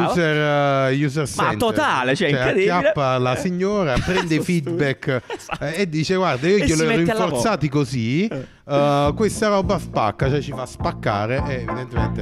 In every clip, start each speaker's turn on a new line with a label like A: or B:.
A: user center.
B: Ma totale, cioè incredibile.
A: Acchiappa la signora, prende feedback e dice guarda, io glielo ho rinforzati così, questa roba spacca, cioè ci fa spaccare e evidentemente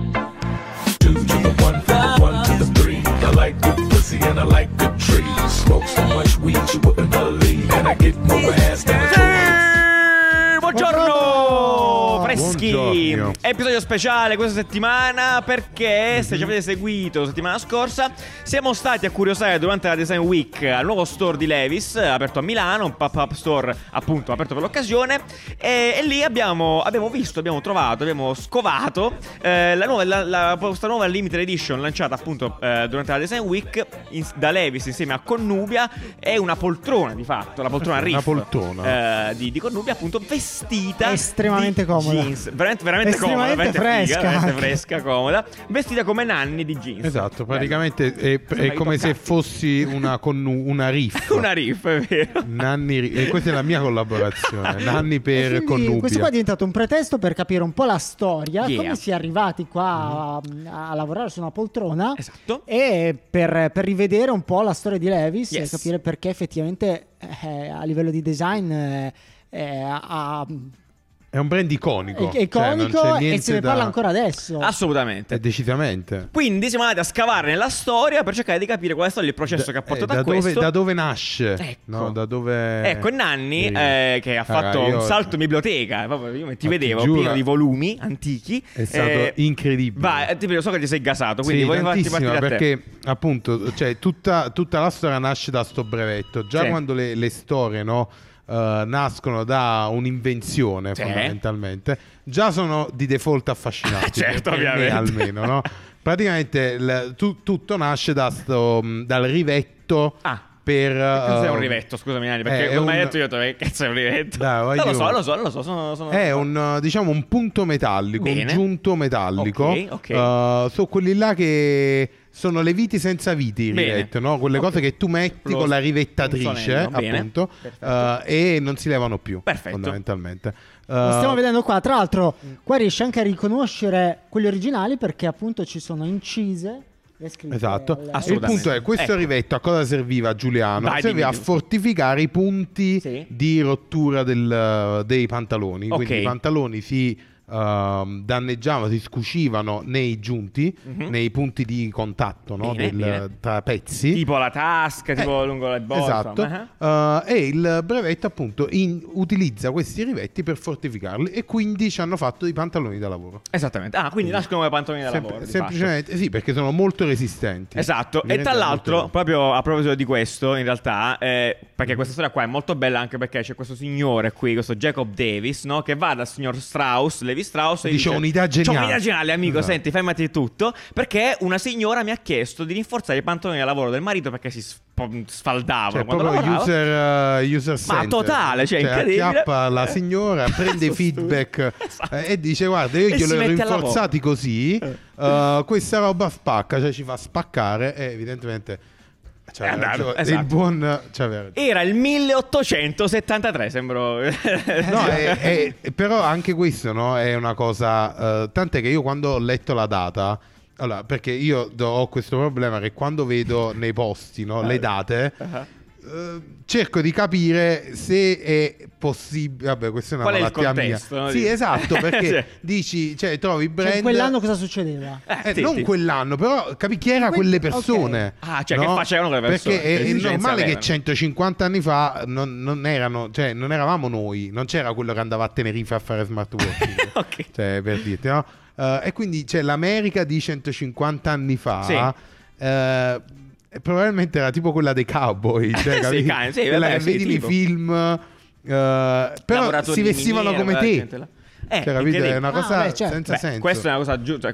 C: I like good pussy and I like good trees. Smoke so much weed you wouldn't believe, and I get more ass than a tourist.
B: Buongiorno! Freschi!
A: Buongiorno.
B: Episodio speciale questa settimana perché, se ci avete seguito la settimana scorsa, siamo stati a curiosare durante la Design Week al nuovo store di Levi's, aperto a Milano, un pop-up store appunto aperto per l'occasione, e lì abbiamo visto, abbiamo trovato, abbiamo scovato questa nuova limited edition lanciata appunto durante la Design Week da Levi's insieme a Connubia. È una poltrona di fatto, la poltrona Riff,
A: una poltrona
B: di Connubia, appunto vestita
D: estremamente comoda,
B: jeans, veramente comoda, veramente
D: fresca,
B: veramente fresca, comoda, vestita come Nanni di jeans.
A: Esatto, praticamente è come se fossi una Riff.
B: Una Riff, è vero.
A: Nanni, e questa è la mia collaborazione. Nanni per Connubia.
D: Questo qua è diventato un pretesto per capire un po' la storia, come si è arrivati qua a lavorare su una poltrona.
B: Esatto.
D: E per rivedere un po' la storia di Levi's e capire perché effettivamente a livello di design
A: è un brand iconico.
D: È iconico,
A: cioè,
D: e se ne parla ancora adesso.
B: Assolutamente.
A: Decisamente.
B: Quindi siamo andati a scavare nella storia per cercare di capire qual è stato il processo che ha portato a questo.
A: Da dove nasce?
B: Ecco.
A: No, da dove...
B: Ecco, Nanni che ha fatto un salto in biblioteca. Io ti vedevo pieno di volumi antichi.
A: È stato incredibile.
B: Vai, so che ti sei gasato, quindi vuoi farti partire da te.
A: Perché appunto, cioè, tutta la storia nasce da sto brevetto. Già quando le storie, no? Nascono da un'invenzione, fondamentalmente, già sono di default affascinanti.
B: Certo,
A: per me almeno, no? Praticamente tutto nasce dal rivetto. Per,
B: cos'è un rivetto? Scusami, Nanni, perché come hai detto io che cazzo è un rivetto?
A: Dai,
B: non lo so.
A: È un punto metallico, un giunto metallico.
B: Ok.
A: Sono quelli là che sono le viti senza viti, il rivetto, no? Quelle cose che tu metti con la rivettatrice, appunto, e non si levano più.
B: Perfetto.
A: Fondamentalmente.
D: Lo stiamo vedendo qua. Tra l'altro, qua riesci anche a riconoscere quelli originali perché appunto ci sono incise.
A: Esatto. Il punto è, questo rivetto a cosa serviva, Giuliano? Serviva a fortificare i punti di rottura dei pantaloni. Quindi i pantaloni si danneggiavano, si scucivano nei giunti, nei punti di contatto, no? Tra pezzi,
B: tipo la tasca, tipo lungo le borse.
A: Esatto. E il brevetto appunto utilizza questi rivetti per fortificarli, e quindi ci hanno fatto i pantaloni da lavoro.
B: Esattamente. Quindi nascono come pantaloni da lavoro.
A: Semplicemente sì, perché sono molto resistenti.
B: Esatto. E tra l'altro, proprio a proposito di questo, in realtà, perché questa storia qua è molto bella anche perché c'è questo signore qui, questo Jacob Davis, no? Che va dal signor Strauss, Levi Strauss, e dice
A: un'idea geniale.
B: C'ho un'idea geniale, amico, senti, fermati tutto, perché una signora mi ha chiesto di rinforzare i pantaloni da lavoro del marito perché si sfaldavano quando lavorava.
A: User center.
B: Ma totale, cioè incredibile.
A: Acchiappa la signora, prende feedback e dice guarda, io glielo ho rinforzati così, questa roba spacca, cioè ci fa spaccare, e evidentemente il buon era
B: il 1873, sembro.
A: No, però anche questo, no, è una cosa, tant'è che io quando ho letto la data, allora, perché io ho questo problema che quando vedo nei posti, no, le date, cerco di capire se è possibile. Vabbè, questa è una malattia mia. No? Sì, esatto, perché dici, cioè, trovi brand.
D: In quell'anno cosa succedeva?
A: Non quell'anno, però chi era quelle persone.
B: Che facevano quelle persone.
A: Perché è normale che 150 anni fa non erano, cioè, non eravamo noi, non c'era quello che andava a Tenerife a fare smart working. Cioè, per dirti, no? E quindi c'è l'America di 150 anni fa. Probabilmente era tipo quella dei cowboy, cioè, vedi nei film, però si vestivano come te. Capito? È una cosa senza senso.
B: Questa è una cosa giusta,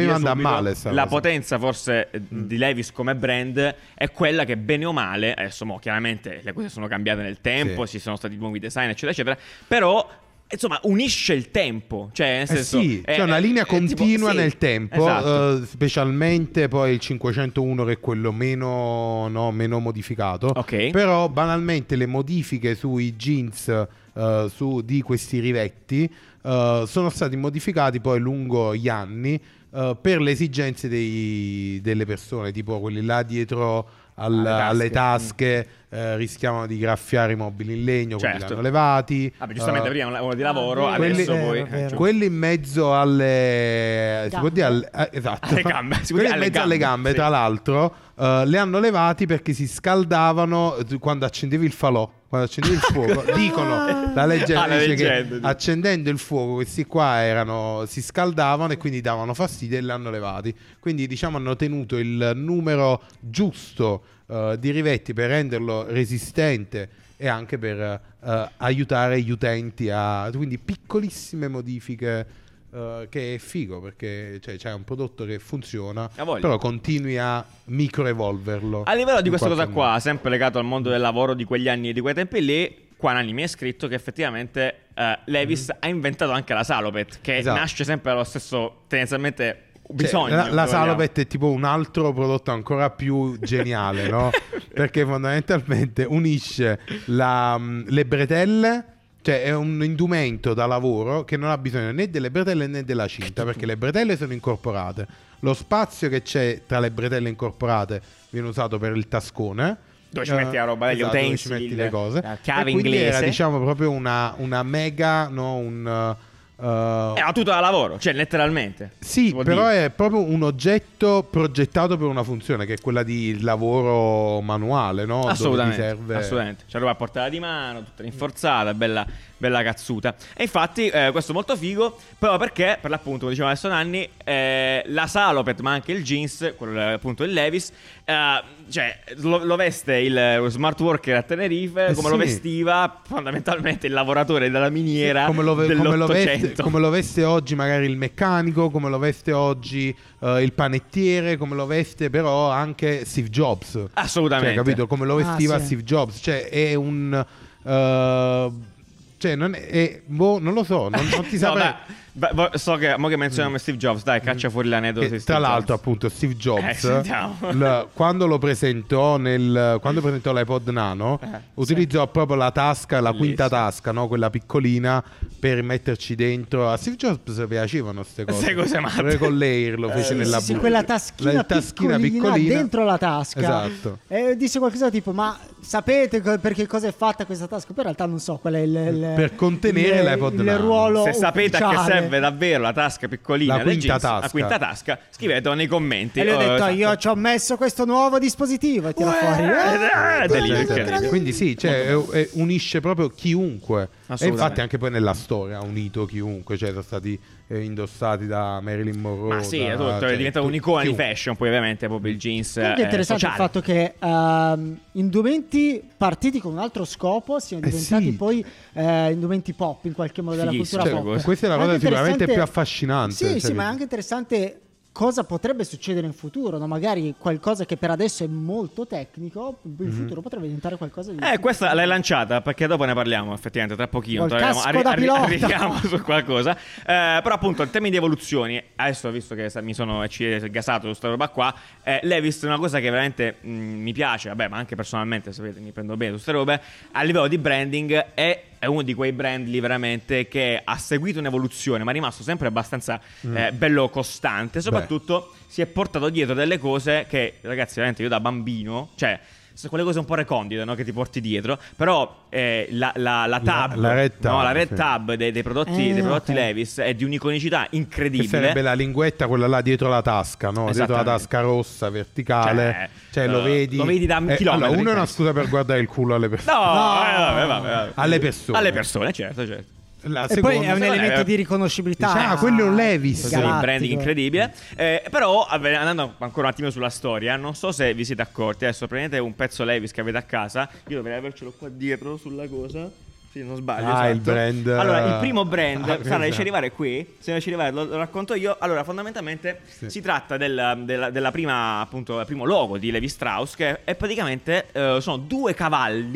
B: la potenza forse di Levi's come brand è quella che, bene o male, adesso chiaramente le cose sono cambiate nel tempo, ci sono stati nuovi design, eccetera eccetera, però insomma unisce il tempo, cioè nel senso,
A: c'è una linea continua nel tempo, esatto. Specialmente poi il 501 che è quello meno modificato, però banalmente le modifiche sui jeans di questi rivetti sono stati modificati poi lungo gli anni per le esigenze delle persone, tipo quelli là dietro alle tasche, rischiavano di graffiare i mobili in legno, quindi
B: Certo.
A: l'hanno levati.
B: Vabbè, giustamente prima un lavoro di lavoro,
D: quelli-
B: adesso
D: vero,
B: poi...
D: vero.
A: Quelli in mezzo alle si può dire esatto.
B: Alle gambe, si può
A: Quelli
B: dire
A: in mezzo alle gambe,
B: sì.
A: tra l'altro, le hanno levati perché si scaldavano quando accendevi il falò. Quando accendevi il fuoco, dicono la leggenda,
B: la
A: dice
B: leggenda,
A: che
B: sì.
A: accendendo il fuoco questi qua si scaldavano e quindi davano fastidio e li hanno levati. Quindi diciamo hanno tenuto il numero giusto di rivetti per renderlo resistente e anche per aiutare gli utenti quindi piccolissime modifiche, che è figo perché c'è un prodotto che funziona,
B: Ha voglia.
A: però continui a microevolverlo.
B: A livello di
A: in
B: questa cosa
A: qualche
B: qua, sempre legato al mondo del lavoro di quegli anni e di quei tempi lì, qua Nanni mi è scritto che effettivamente Levi's ha inventato anche la Salopet, che
A: Esatto.
B: nasce sempre dallo stesso, tendenzialmente, bisogno.
A: La
B: se vogliamo.
A: Salopet è tipo un altro prodotto ancora più geniale, no? Perché fondamentalmente unisce le bretelle, cioè è un indumento da lavoro che non ha bisogno né delle bretelle né della cinta, perché le bretelle sono incorporate. Lo spazio che c'è tra le bretelle incorporate viene usato per il tascone.
B: Dove ci metti la roba, gli
A: esatto, dove
B: utensili,
A: ci metti le cose.
B: la chiave
A: E quindi
B: inglese.
A: era, diciamo, proprio una mega, no,
B: È una tuta da lavoro, cioè letteralmente.
A: sì,
B: si può
A: però
B: dire.
A: è proprio un oggetto progettato per una funzione, che è quella di lavoro manuale, no?
B: Assolutamente,
A: Dove ti serve...
B: assolutamente. C'è roba a portata di mano, tutta rinforzata, bella cazzuta. E infatti questo è molto figo, proprio perché, per l'appunto, come diceva adesso Nanni, la Salopet, ma anche il jeans, quello appunto il Levi's, cioè lo veste lo smart worker a Tenerife, come lo
A: sì.
B: vestiva fondamentalmente il lavoratore della miniera
A: come lo
B: dell'800.
A: come lo veste oggi magari il meccanico, come lo veste oggi il panettiere, come lo veste però anche Steve Jobs.
B: Assolutamente.
A: Cioè, capito? Come lo vestiva
D: sì.
A: Steve Jobs. Cioè, è un... cioè, non non lo so, non ti
B: No,
A: saprei...
B: dai, so che mo che menzioniamo Steve Jobs, dai, caccia fuori l'aneddoto di
A: Che,
B: Steve
A: tra l'altro,
B: Jobs.
A: appunto, Steve Jobs,
B: sentiamo.
A: quando lo presentò quando presentò l'iPod Nano, utilizzò proprio la tasca, la quinta
B: Bellissimo.
A: tasca, no? Quella piccolina, per metterci dentro. A Steve Jobs piacevano queste cose.
B: Queste cose matte.
A: Proprio con lei lo fece nella
D: Sì,
A: buca.
D: quella taschina,
A: La taschina piccolina
D: dentro la tasca.
A: Esatto.
D: E disse qualcosa tipo: ma sapete per che cosa è fatta questa tasca? Poi in realtà non so qual è
A: Per contenere l'iPod
D: il
A: Nano.
D: ruolo
B: Se sapete a che
D: ufficiale.
B: serve davvero la tasca piccolina
A: La
B: del
A: quinta
B: jeans,
A: tasca.
B: la quinta tasca, scrivetelo nei commenti.
D: E lui ha detto:
B: esatto.
D: io ci ho messo questo nuovo dispositivo e tira fuori.
B: Delirio.
A: Quindi sì, cioè, unisce proprio chiunque. E
B: Assolutamente.
A: infatti anche poi nella storia ha unito chiunque, cioè sono stati indossati da Marilyn Monroe.
B: Ma sì, è tutto,
A: cioè,
B: è diventato un'icona di
A: chiunque.
B: fashion, poi ovviamente proprio il jeans
D: Comunque è interessante
B: sociale.
D: il fatto che indumenti partiti con un altro scopo siano diventati
A: sì.
D: poi indumenti pop in qualche modo della
B: Fighissimo,
D: cultura
B: cioè,
D: pop.
A: Questa è la
D: È
A: cosa
D: anche
A: sicuramente
D: interessante-
A: più affascinante.
D: Sì,
A: cioè,
D: sì, ma è
A: che-
D: anche interessante cosa potrebbe succedere in futuro, no? Magari qualcosa che per adesso è molto tecnico, in futuro potrebbe diventare qualcosa di...
B: Questa l'hai lanciata perché dopo ne parliamo effettivamente tra pochino.
D: Col casco da pilota.
B: Arriviamo su qualcosa. Però appunto in termini di evoluzioni, adesso visto che ci è gasato su sta roba qua, Levi's è una cosa che veramente mi piace, vabbè, ma anche personalmente, sapete, mi prendo bene su queste robe. A livello di branding è uno di quei brand lì veramente che ha seguito un'evoluzione, ma è rimasto sempre abbastanza bello costante. Soprattutto si è portato dietro delle cose che, ragazzi, veramente io da bambino, cioè, sono quelle cose un po' recondite, no? Che ti porti dietro. Però la tab,
A: la Red Tab,
B: no, la Red
A: sì.
B: Tab dei prodotti
D: ok.
B: Levi's è di un'iconicità
A: Che
B: incredibile.
A: sarebbe la linguetta, quella là dietro la tasca, no? Dietro la
B: Esattamente.
A: tasca rossa, verticale. Cioè, lo vedi
B: da chilometri.
A: Allora, uno è una
B: penso.
A: scusa per guardare il culo alle persone.
B: No,
D: No.
B: vabbè.
A: Alle persone.
B: Alle persone, certo.
A: La
D: E poi è
A: seconda-
D: un elemento di riconoscibilità.
A: Ah, quello è un Levi's.
B: Sì, un
D: galattico.
B: branding incredibile. Però, andando ancora un attimo sulla storia, non so se vi siete accorti. Adesso prendete un pezzo Levi's che avete a casa. Io dovrei avercelo qua dietro sulla cosa. Sì, non sbaglio.
A: Ah,
B: esatto.
A: il brand.
B: Allora, il primo brand, Sara,
A: esatto.
B: riesci ad arrivare qui? Se riesci ad arrivare, lo racconto io. Allora, fondamentalmente si tratta della prima, appunto, il primo logo di Levi Strauss, che è praticamente sono due cavalli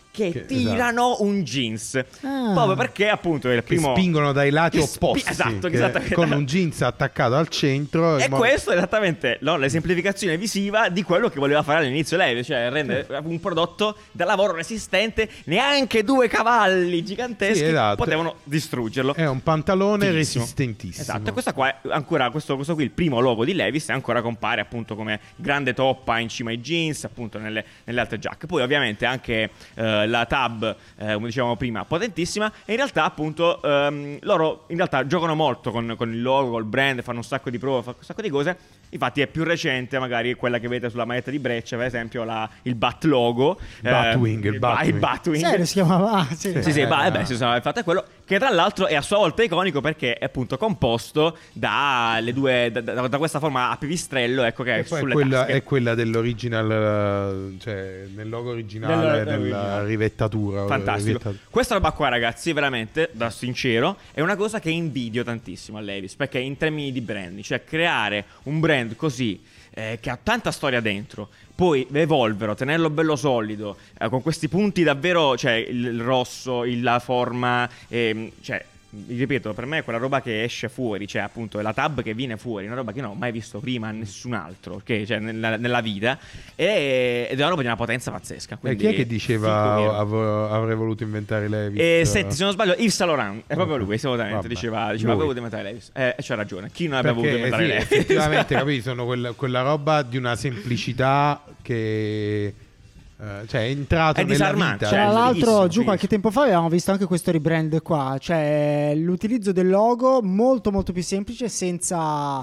B: che tirano un jeans. Proprio perché appunto è il
A: Che
B: primo...
A: spingono dai lati opposti.
B: Esatto,
A: che-
B: esattamente.
A: Con un jeans attaccato al centro.
B: E questo è esattamente l'esemplificazione visiva di quello che voleva fare all'inizio lei, cioè rendere un prodotto da lavoro resistente. Neanche 2 cavalli giganteschi
A: Sì, esatto.
B: potevano distruggerlo.
A: È un pantalone
B: Fighissimo.
A: resistentissimo.
B: Esatto, e questa qua è ancora questo qui, il primo logo di Levi's, ancora compare appunto come grande toppa in cima ai jeans, appunto nelle altre giacche. Poi ovviamente anche la tab, come dicevamo prima, potentissima. E in realtà appunto loro in realtà giocano molto con il logo, col brand, fanno un sacco di prove, fanno un sacco di cose. Infatti è più recente magari quella che vedete sulla maglietta di Breccia, per esempio il Bat logo,
A: Batwing, il Batwing.
B: il Batwing.
D: Serio si chiamava? Ah, sì.
B: Sì, infatti è quello che tra l'altro è a sua volta iconico perché è appunto composto da questa forma a pipistrello, ecco, che
A: E
B: è
A: poi
B: sulle
A: quella
B: tasche.
A: è quella dell'original, cioè nel logo originale della
B: dell'originale.
A: rivettatura.
B: Fantastico. Questa roba qua, ragazzi, veramente, da sincero, è una cosa che invidio tantissimo a Levi's, perché in termini di branding, cioè creare un brand così che ha tanta storia dentro, poi evolverlo, tenerlo bello solido, con questi punti davvero, cioè il rosso, la forma, cioè ripeto, per me è quella roba che esce fuori, cioè appunto è la tab che viene fuori, una roba che non ho mai visto prima a nessun altro, ok? Cioè nella vita, ed è una roba di una potenza pazzesca.
A: E
B: Quindi,
A: chi è che diceva
B: figo,
A: avrei voluto inventare Levi's?
B: senti, se non sbaglio, Yves Saint Laurent è proprio lui, assolutamente.
A: Vabbè,
B: Diceva
A: lui.
B: avrei voluto inventare Levi's. C'ha ragione. Chi non aveva voluto
A: Perché
B: inventare
A: sì,
B: Levi's?
A: effettivamente, capito? Sono quella roba di una semplicità che cioè è entrato
B: È
A: nella
B: disarmante,
A: vita.
B: cioè,
D: Tra l'altro,
B: fighissimo,
D: giù qualche
B: fighissimo.
D: tempo fa avevamo visto anche questo rebrand qua, cioè l'utilizzo del logo molto molto più semplice senza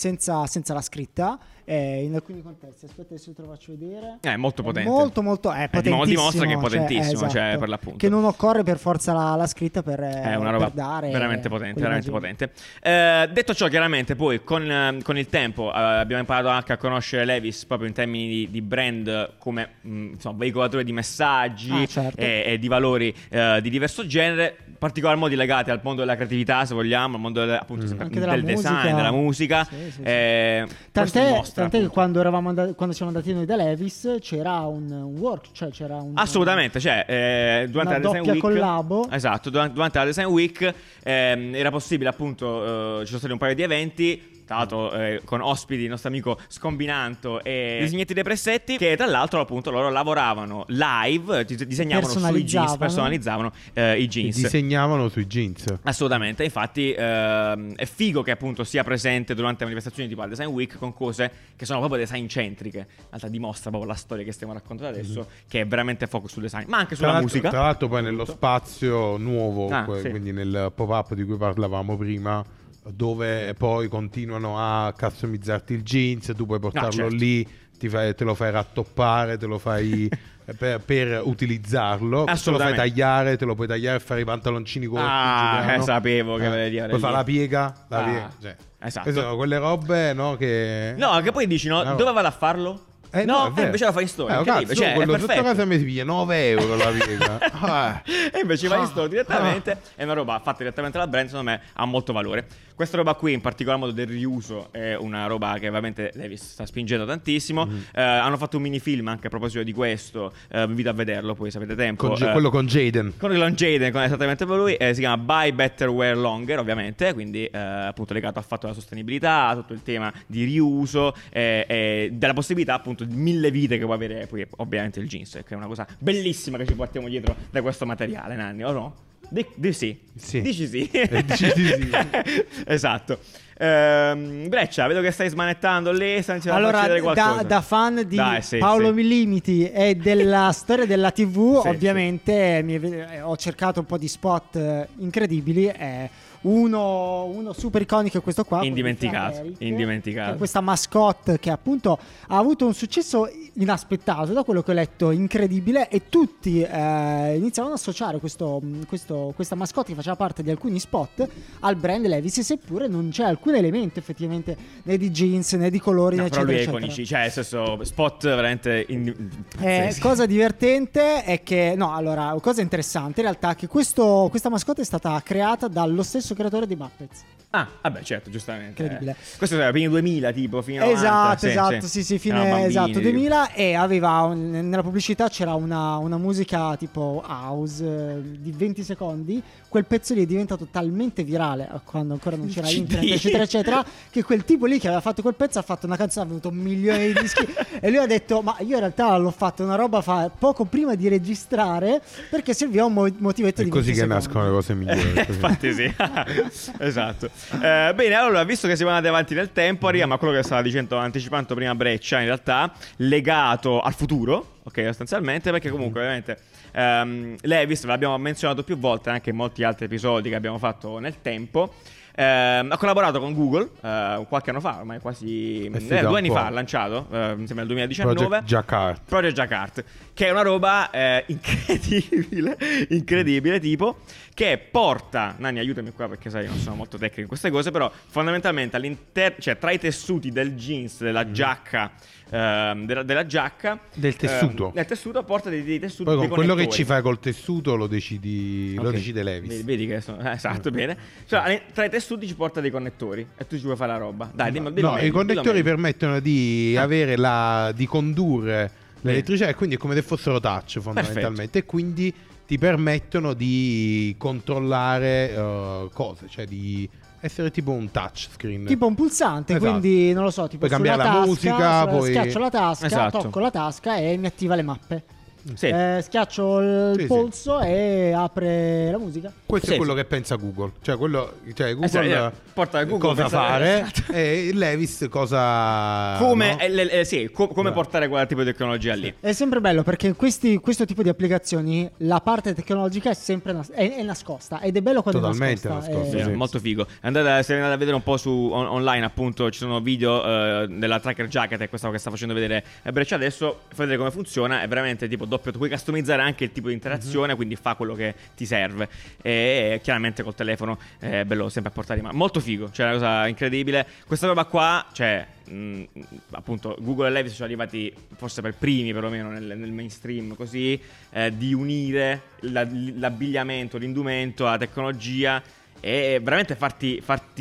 D: la scritta. In alcuni contesti, aspetta se te lo faccio vedere.
B: È molto potente.
D: Molto molto è potentissimo,
B: dimostra che è potentissimo,
D: esatto.
B: cioè, per l'appunto.
D: Che non occorre per forza la scritta per
B: È una roba
D: per dare
B: veramente potente, veramente
D: quell'immagine.
B: potente. Detto ciò, chiaramente poi con il tempo abbiamo imparato anche a conoscere Levi's proprio in termini di brand come insomma, veicolatore di messaggi
D: Certo.
B: e di valori di diverso genere, in particolar modo legati al mondo della creatività, se vogliamo, al mondo appunto sempre
D: Anche della
B: del
D: musica.
B: design, della musica.
D: Sì, sì, sì.
B: Questo dimostra,
D: Tant'è che
B: appunto.
D: quando siamo andati noi da Levi's c'era un work, cioè c'era un
B: Assolutamente, cioè durante
D: una
B: la Design
D: doppia
B: Week,
D: collabo.
B: esatto, durante la Design Week era possibile appunto, ci sono stati un paio di eventi. Tra l'altro con ospiti il nostro amico Scombinanto e Disegnetti dei Pressetti, che tra l'altro appunto loro lavoravano live, disegnavano sui jeans, personalizzavano i jeans.
A: Disegnavano sui jeans.
B: Assolutamente, infatti è figo che appunto sia presente durante manifestazioni tipo la Design Week con cose che sono proprio design centriche. In realtà dimostra proprio la storia che stiamo raccontando adesso, che è veramente focus sul design, ma anche sulla musica.
A: Tra l'altro poi nello spazio nuovo,
B: Sì.
A: quindi nel pop-up di cui parlavamo prima, dove poi continuano a customizzarti il jeans, tu puoi portarlo
B: certo.
A: lì, te lo fai rattoppare, te lo fai per utilizzarlo, te lo fai
B: Assolutamente.
A: tagliare, te lo puoi tagliare e fare i pantaloncini corti, Giuliano.
B: Sapevo che volevi dire
A: puoi fare
B: lì.
A: la piega,
B: Esatto.
A: queste sono quelle robe, no, che
B: No, che poi dici, no,
A: No.
B: dove vado a farlo?
A: no,
B: No,
A: è vero.
B: invece la fai in storia.
A: Cazzo,
B: incredibile, cioè, è
A: quello sotto
B: perfetto.
A: casa mi si piglia 9 euro la piega.
B: E invece vai in store direttamente. È una roba fatta direttamente dal brand, secondo me ha molto valore. Questa roba qui, in particolar modo del riuso, è una roba che ovviamente Levi's sta spingendo tantissimo. Hanno fatto un mini film anche a proposito di questo. Vi invito a vederlo, poi se avete tempo.
A: Quello con Jaden.
B: Con Jaden, esattamente per lui. Si chiama Buy Better Wear Longer, ovviamente. Quindi appunto legato al fatto della sostenibilità, tutto il tema di riuso e della possibilità appunto di 1000 vite che può avere poi ovviamente il jeans, che è una cosa bellissima che ci portiamo dietro da questo materiale, Nanni, o no? Sì.
A: Sì.
B: Dici sì.
A: Dici di sì.
B: Esatto. Breccia, vedo che stai smanettando lì.
D: Allora, da fan di Paolo Millimiti e della storia della TV,
B: Sì,
D: ovviamente ho cercato un po' di spot incredibili. Uno super iconico è questo qua,
B: Indimenticato.
D: che è questa mascotte che appunto ha avuto un successo inaspettato, da quello che ho letto, incredibile, e tutti iniziavano ad associare questa mascotte che faceva parte di alcuni spot al brand Levi's, seppure non c'è alcun elemento effettivamente né di jeans né di colori,
B: no,
D: eccetera,
B: però lui è
D: eccetera.
B: iconici, cioè nel senso spot veramente sì.
D: Cosa divertente è che cosa interessante in realtà è che questa mascotte è stata creata dallo stesso creatore di Muppets.
B: Ah, vabbè, certo, giustamente.
D: Incredibile.
B: Questo era primi 2000, tipo, fino a
D: Esatto, sì, fine esatto, 2000, e aveva nella pubblicità c'era una musica tipo house di 20 secondi. Quel pezzo lì è diventato talmente virale quando ancora non c'era internet, eccetera, eccetera, che quel tipo lì che aveva fatto quel pezzo ha fatto una canzone, ha avuto 1 milione di dischi e lui ha detto: ma io in realtà l'ho fatto una roba poco prima di registrare perché serviva un motivetto di 20
A: così che
D: secondi.
A: nascono le cose migliori.
B: Infatti sì. Esatto. Bene, allora, visto che siamo andati avanti nel tempo, arriviamo a quello che stava dicendo, anticipando prima Breccia, in realtà legato al futuro, ok, sostanzialmente, perché comunque ovviamente Levis, l'abbiamo menzionato più volte anche in molti altri episodi che abbiamo fatto nel tempo. Ha collaborato con Google qualche anno fa, ormai quasi 2 anni fa, ha lanciato, mi sembra nel 2019, Project Jacquard, che è una roba incredibile, tipo, che porta, Nanni aiutami qua perché sai non sono molto tecnico in queste cose, però fondamentalmente all'interno, cioè tra i tessuti del jeans, della giacca, della giacca,
A: del tessuto,
B: porta dei tessuti.
A: Poi con
B: dei
A: quello che
B: connettori.
A: ci fai col tessuto lo decide Levis.
B: Vedi che esatto, bene. Cioè, tra i tessuti ci porta dei connettori e tu ci vuoi fare la roba. Dai, dillo meglio,
A: i connettori permettono di avere di condurre l'elettricità, e quindi è come se fossero touch fondamentalmente. Perfetto. E quindi ti permettono di controllare cose, cioè di essere tipo un touch screen,
D: tipo un pulsante,
A: esatto.
D: Quindi non lo so, tipo
A: puoi cambiare la musica, poi
D: schiaccio la tasca,
B: esatto.
D: tocco la tasca e mi attiva le mappe.
B: Sì.
D: Schiaccio il polso e apre la musica.
A: Questo è quello che pensa Google. Cioè Google
B: porta Google
A: cosa fare,
B: esatto.
A: E Levis cosa
B: come portare quel tipo di tecnologia lì.
D: È sempre bello perché questo tipo di applicazioni, la parte tecnologica è sempre è nascosta, ed è bello quando
A: totalmente
D: è nascosta.
B: Sì. Molto figo. Se andate a vedere un po' su online, appunto, ci sono video della Tracker Jacket, e questa che sta facendo vedere Breccia adesso, vedere come funziona. È veramente tipo doppio, puoi customizzare anche il tipo di interazione, quindi fa quello che ti serve, e chiaramente col telefono è bello sempre a portare in mano. Molto figo, cioè è una cosa incredibile questa roba qua, cioè appunto Google e Levis sono arrivati forse per primi, perlomeno nel mainstream, così di unire l'abbigliamento, l'indumento, la tecnologia, e veramente farti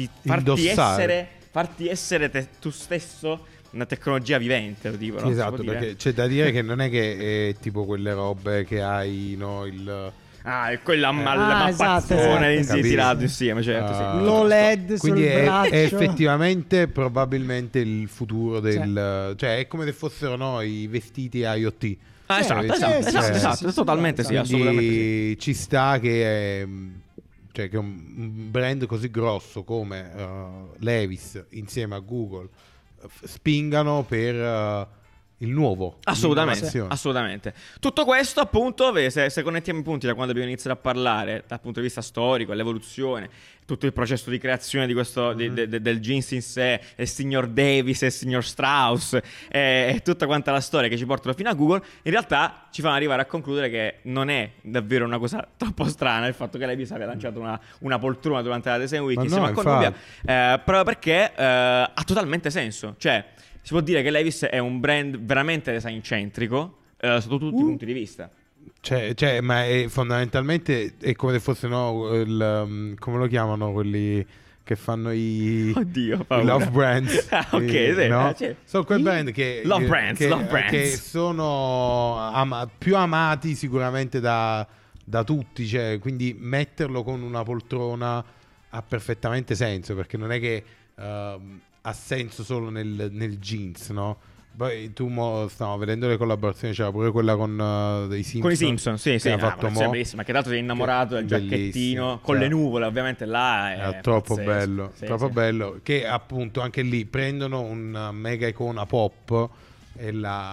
B: essere tu stesso una tecnologia vivente, lo dico, no?
A: Sì, esatto, perché c'è da dire che non è che è tipo quelle robe che hai, no,
B: quella mappazzone tirato insieme, certo, sì.
D: L'OLED
A: quindi
D: sul braccio.
A: è effettivamente probabilmente il futuro del cioè è come se fossero i vestiti IoT.
B: Esatto, totalmente sì, assolutamente sì.
A: Ci sta che che un brand così grosso come Levis insieme a Google spingano per il nuovo.
B: Assolutamente. Tutto questo, appunto, se connettiamo i punti da quando abbiamo iniziato a parlare dal punto di vista storico, l'evoluzione, tutto il processo di creazione di questo del jeans in sé, il signor Davis e il signor Strauss, e tutta quanta la storia che ci portano fino a Google, in realtà ci fanno arrivare a concludere che non è davvero una cosa troppo strana il fatto che Levis abbia lanciato una poltrona durante la Design Week insieme a Columbia, proprio perché ha totalmente senso. Cioè, si può dire che Levis è un brand veramente design centrico sotto tutti i punti di vista.
A: Ma è fondamentalmente è come se fosse come lo chiamano quelli che fanno i love brands.
B: Ok, sì,
A: no?
B: Certo.
A: Sono quei brand che
B: love brands
A: che sono più amati sicuramente da tutti, cioè, quindi metterlo con una poltrona ha perfettamente senso, perché non è che ha senso solo nel jeans, no? Poi stiamo vedendo le collaborazioni, c'era pure quella con i Simpson.
B: Con i Simpson, sì,
A: ha fatto
B: bellissima. Che tanto sei innamorato del giacchettino con le nuvole, ovviamente là è
A: troppo
B: pazzesco.
A: bello, troppo bello. Che appunto anche lì prendono una mega icona pop e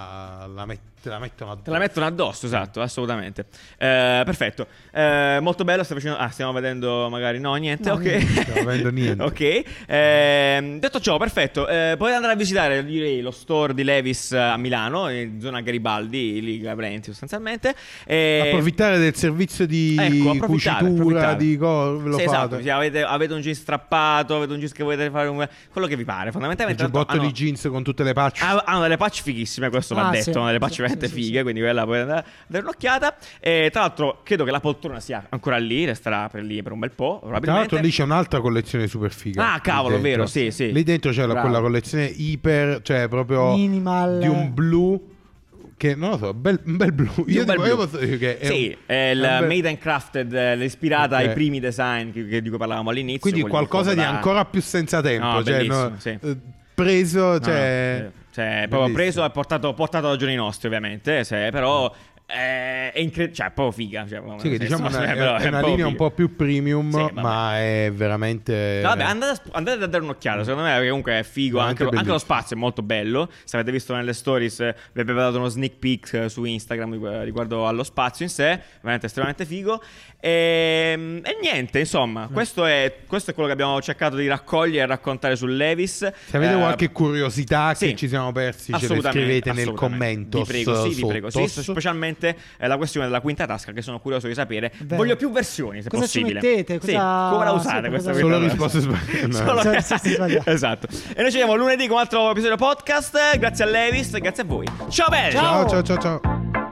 A: te la mettono addosso.
B: Esatto, assolutamente. Perfetto. Molto bello. Stiamo vedendo magari niente.
A: No,
B: ok.
A: Stiamo vedendo niente.
B: Ok. Detto ciò, perfetto. Potete andare a visitare, direi, lo store di Levis a Milano, in zona Garibaldi, lì Gavrenti sostanzialmente.
A: Approfittare del servizio di cucitura, di ve lo fate.
B: Esatto. Avete un jeans strappato, avete un jeans che volete fare quello che vi pare. Fondamentalmente
A: il giubbotto di jeans con tutte le patch.
B: Hanno delle patch fighissime, questo va
D: Ah,
B: detto,
D: sì,
B: delle patch
D: sì,
B: veramente
D: sì,
B: fighe,
D: sì.
B: quindi quella puoi andare a dare un'occhiata. E tra l'altro credo che la poltrona sia ancora lì, resterà per lì per un bel po',
A: Tra
B: probabilmente.
A: l'altro lì c'è un'altra collezione super figa.
B: Ah, cavolo,
A: lì dentro.
B: vero, sì, sì.
A: Lì dentro c'è
B: Bravo.
A: quella collezione iper, cioè proprio
D: Minimal.
A: di un blu che non lo so, un bel blu.
B: Di
A: Io
B: un bel
A: dico, io
B: blu.
A: posso dire che è
B: sì, è il
A: è un bel-
B: Made and Crafted, ispirata
A: Ok.
B: ai primi design di cui parlavamo all'inizio.
A: Quindi
B: quelli
A: qualcosa di
B: da-
A: ancora più senza tempo,
B: No,
A: cioè,
B: bellissimo, sì.
A: preso,
B: No,
A: cioè,
B: no, cioè, proprio preso e portato ai giorni nostri, ovviamente. Però è incredibile, cioè, è proprio figa. Cioè,
A: sì, che diciamo
B: però
A: è una
B: proprio
A: linea un
B: figa.
A: po' più premium,
B: Sì, vabbè.
A: ma è veramente.
B: No, vabbè, andate a dare un'occhiata. Secondo me, perché comunque è figo.
A: Veramente
B: Anche lo
A: bellissimo.
B: spazio è molto bello. Se avete visto nelle stories, vi abbiamo dato uno sneak peek su Instagram riguardo allo spazio in sé. Veramente estremamente figo. E niente, insomma, questo è quello che abbiamo cercato di raccogliere e raccontare su Levis.
A: Se avete qualche curiosità
B: sì,
A: che ci siamo persi, ce le
B: assolutamente,
A: scrivete nel
B: assolutamente.
A: commento.
B: Vi prego, sì, vi prego. Sì,
A: sotto.
B: specialmente la questione della quinta tasca, che sono curioso di sapere.
D: Vero.
B: Voglio più versioni, se
D: Cosa ci
B: possibile.
D: mettete?
B: Sì,
D: Cosa-
B: come la
D: sì,
B: usate questa
D: cosa-
A: Solo
B: quinta
A: risposte
B: tasca?
A: sbagliate.
B: Solo-
D: Sì, sì, sì, sbagliato.
B: Esatto. E noi ci vediamo lunedì con un altro episodio podcast. Grazie a Levis, grazie a voi. Ciao belli!
A: Ciao, ciao, ciao, ciao.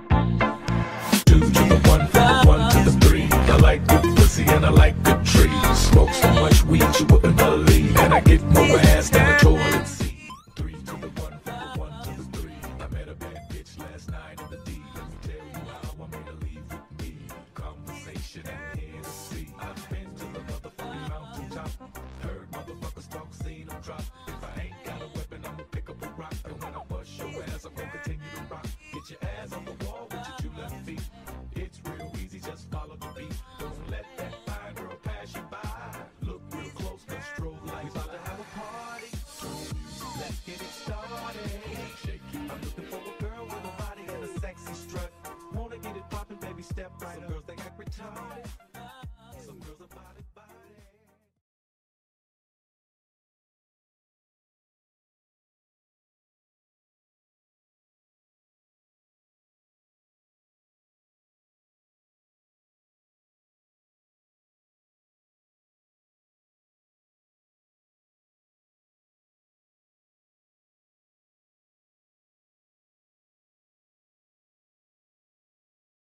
C: 2 to the 1, from the 1 to the 3. I like good pussy and I like good trees. Smoke so much weed you wouldn't believe. And I get more ass than a toilet.